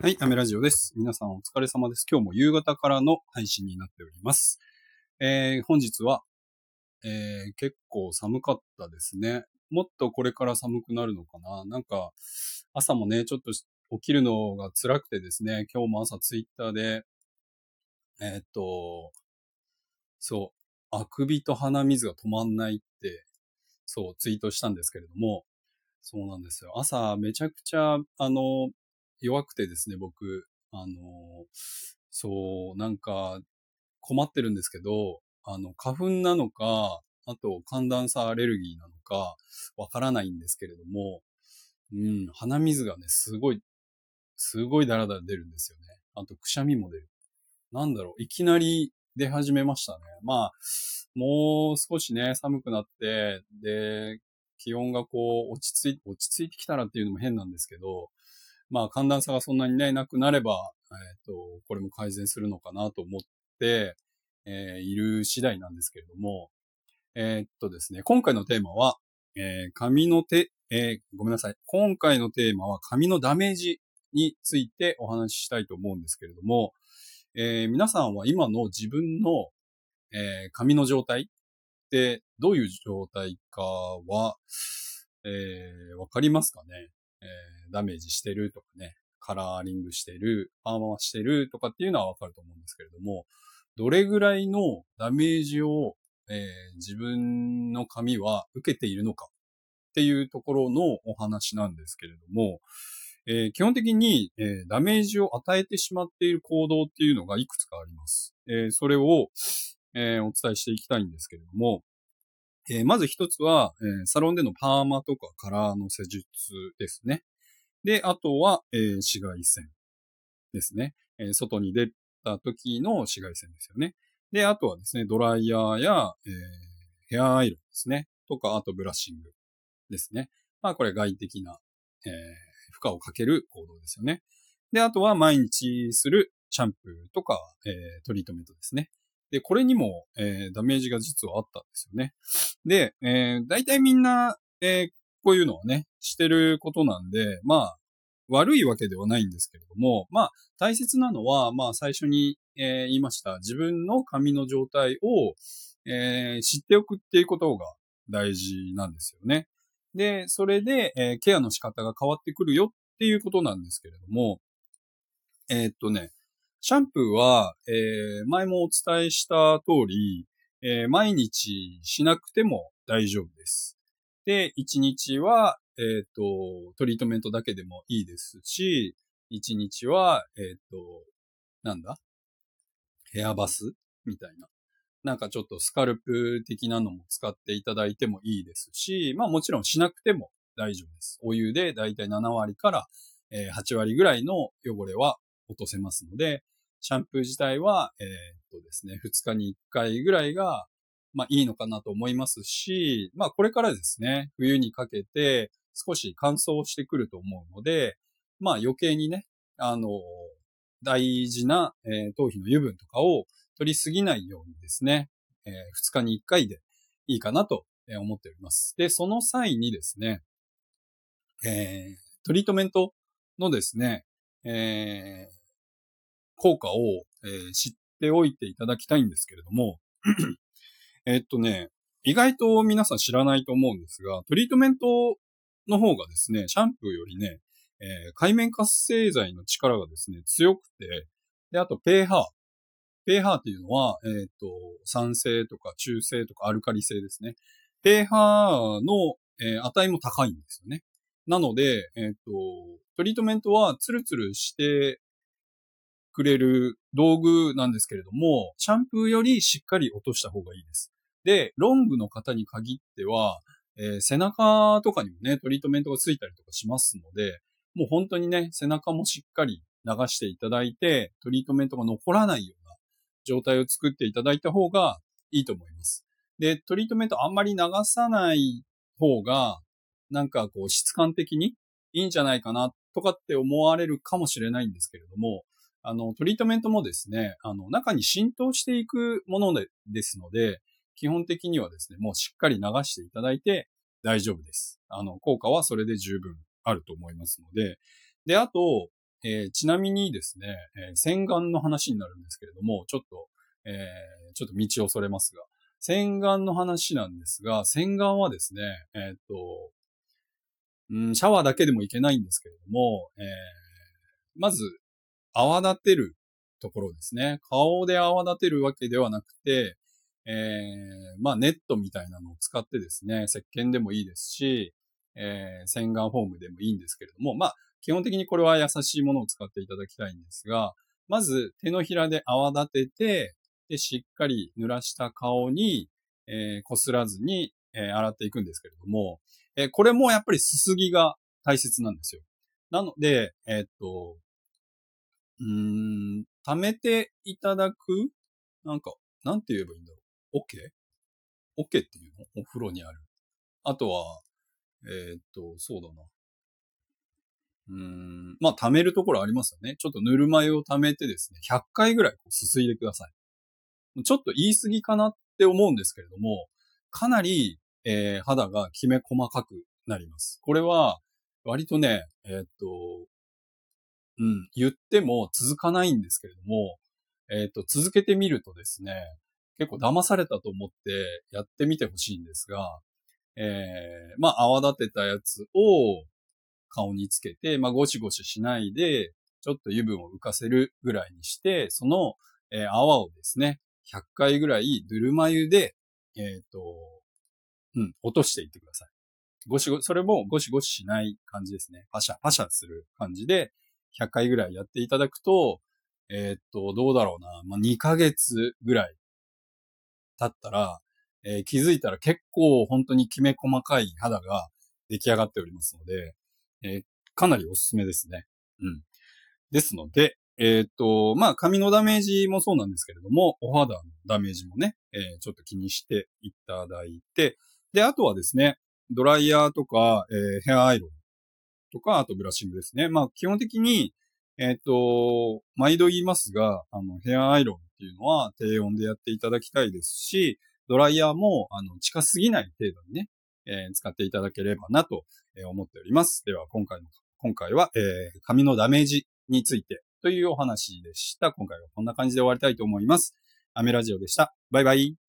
はい、アメラジオです。皆さんお疲れ様です。今日も夕方からの配信になっております。本日は、結構寒かったですね。もっとこれから寒くなるのかな。朝もね、ちょっと起きるのが辛くてですね、今日も朝ツイッターで、えーっと、そう、あくびと鼻水が止まんないって、ツイートしたんですけれども、そうなんですよ。朝めちゃくちゃ、弱くてですね、僕、困ってるんですけど、花粉なのか、あと寒暖差アレルギーなのか、わからないんですけれども、鼻水がね、すごいダラダラ出るんですよね。あと、くしゃみも出る。いきなり出始めましたね。もう少しね、寒くなって、で、気温が落ち着いてきたらっていうのも変なんですけど、寒暖差がそんなにね、なくなれば、これも改善するのかなと思って、いる次第なんですけれども、ですね、今回のテーマは、ごめんなさい。今回のテーマは髪のダメージについてお話ししたいと思うんですけれども、皆さんは今の自分の、髪の状態ってどういう状態かは、わかりますかね、ダメージしてるとかね、カラーリングしてる、パーマしてるとかっていうのはわかると思うんですけれども、どれぐらいのダメージを、自分の髪は受けているのかっていうところのお話なんですけれども、基本的に、ダメージを与えてしまっている行動っていうのがいくつかあります。それを、お伝えしていきたいんですけれども、まず一つは、サロンでのパーマとかカラーの施術ですね。で、あとは、紫外線ですね。外に出た時の紫外線ですよね。で、あとはですね、ドライヤーや、ヘアアイロンですね。とか、あとブラッシングですね。これ外的な、負荷をかける行動ですよね。で、あとは毎日するシャンプーとか、トリートメントですね。で、これにも、ダメージが実はあったんですよね。で、大体みんな、こういうのはね、してることなんで、悪いわけではないんですけれども、大切なのは、最初に、言いました、自分の髪の状態を、知っておくっていうことが大事なんですよね。で、それで、ケアの仕方が変わってくるよっていうことなんですけれども、えーっとね、シャンプーは、前もお伝えした通り、毎日しなくても大丈夫です。で、1日は、トリートメントだけでもいいですし、1日は、なんだヘアバスみたいな。ちょっとスカルプ的なのも使っていただいてもいいですし、もちろんしなくても大丈夫です。お湯でだいたい7割から8割ぐらいの汚れは落とせますので、シャンプー自体は、ですね、2日に1回ぐらいが、いいのかなと思いますし、これからですね、冬にかけて少し乾燥してくると思うので、余計にね、あの、大事な、頭皮の油分とかを取りすぎないようにですね、2日に1回でいいかなと思っております。で、その際にですね、トリートメントのですね、効果を、知っておいていただきたいんですけれども、えっとね、意外と皆さん知らないと思うんですが、トリートメントの方がですね、シャンプーよりね、界面活性剤の力がですね、強くて、で、あと pH っていうのは、酸性とか中性とかアルカリ性ですね。pH の、値も高いんですよね。なので、トリートメントはツルツルしてくれる道具なんですけれども、シャンプーよりしっかり落とした方がいいです。で、ロングの方に限っては、背中とかにもね、トリートメントがついたりとかしますので、もう本当にね、背中もしっかり流していただいて、トリートメントが残らないような状態を作っていただいた方がいいと思います。で、トリートメントあんまり流さない方が、質感的にいいんじゃないかなとかって思われるかもしれないんですけれども、トリートメントもですね、中に浸透していくものですので、基本的にはですね、もうしっかり流していただいて大丈夫です。効果はそれで十分あると思いますので。で、あと、 ちなみにですね、洗顔の話になるんですけれども、ちょっと道をそれますが、洗顔の話なんですが、洗顔はですね、シャワーだけでもいけないんですけれども、まず、泡立てるところですね。顔で泡立てるわけではなくて、ネットみたいなのを使ってですね、石鹸でもいいですし、洗顔フォームでもいいんですけれども、基本的にこれは優しいものを使っていただきたいんですが、まず手のひらで泡立てて、で、しっかり濡らした顔に、こすらずに、洗っていくんですけれども、これもやっぱりすすぎが大切なんですよ。なので、溜めていただくなんて言えばいいんだろう。オケっていうのお風呂にある。あとは、そうだな。溜めるところありますよね。ちょっとぬるま湯を溜めてですね、100回ぐらいすすいでください。ちょっと言い過ぎかなって思うんですけれども、かなり、肌がきめ細かくなります。これは、割とね、言っても続かないんですけれども、続けてみるとですね、結構騙されたと思ってやってみてほしいんですが、泡立てたやつを顔につけて、ゴシゴシしないで、ちょっと油分を浮かせるぐらいにして、その、泡をですね、100回ぐらいぬるま湯で、落としていってください。それもゴシゴシしない感じですね。パシャパシャする感じで、100回ぐらいやっていただくと、どうだろうな。2ヶ月ぐらい経ったら、気づいたら結構本当にきめ細かい肌が出来上がっておりますので、かなりおすすめですね。ですので、髪のダメージもそうなんですけれども、お肌のダメージもね、ちょっと気にしていただいて、で、あとはですね、ドライヤーとか、ヘアアイロンとか、あとブラッシングですね。基本的に、毎度言いますが、ヘアアイロンっていうのは低温でやっていただきたいですし、ドライヤーも、近すぎない程度にね、使っていただければなと思っております。では、今回は、髪のダメージについてというお話でした。今回はこんな感じで終わりたいと思います。アメラジオでした。バイバイ。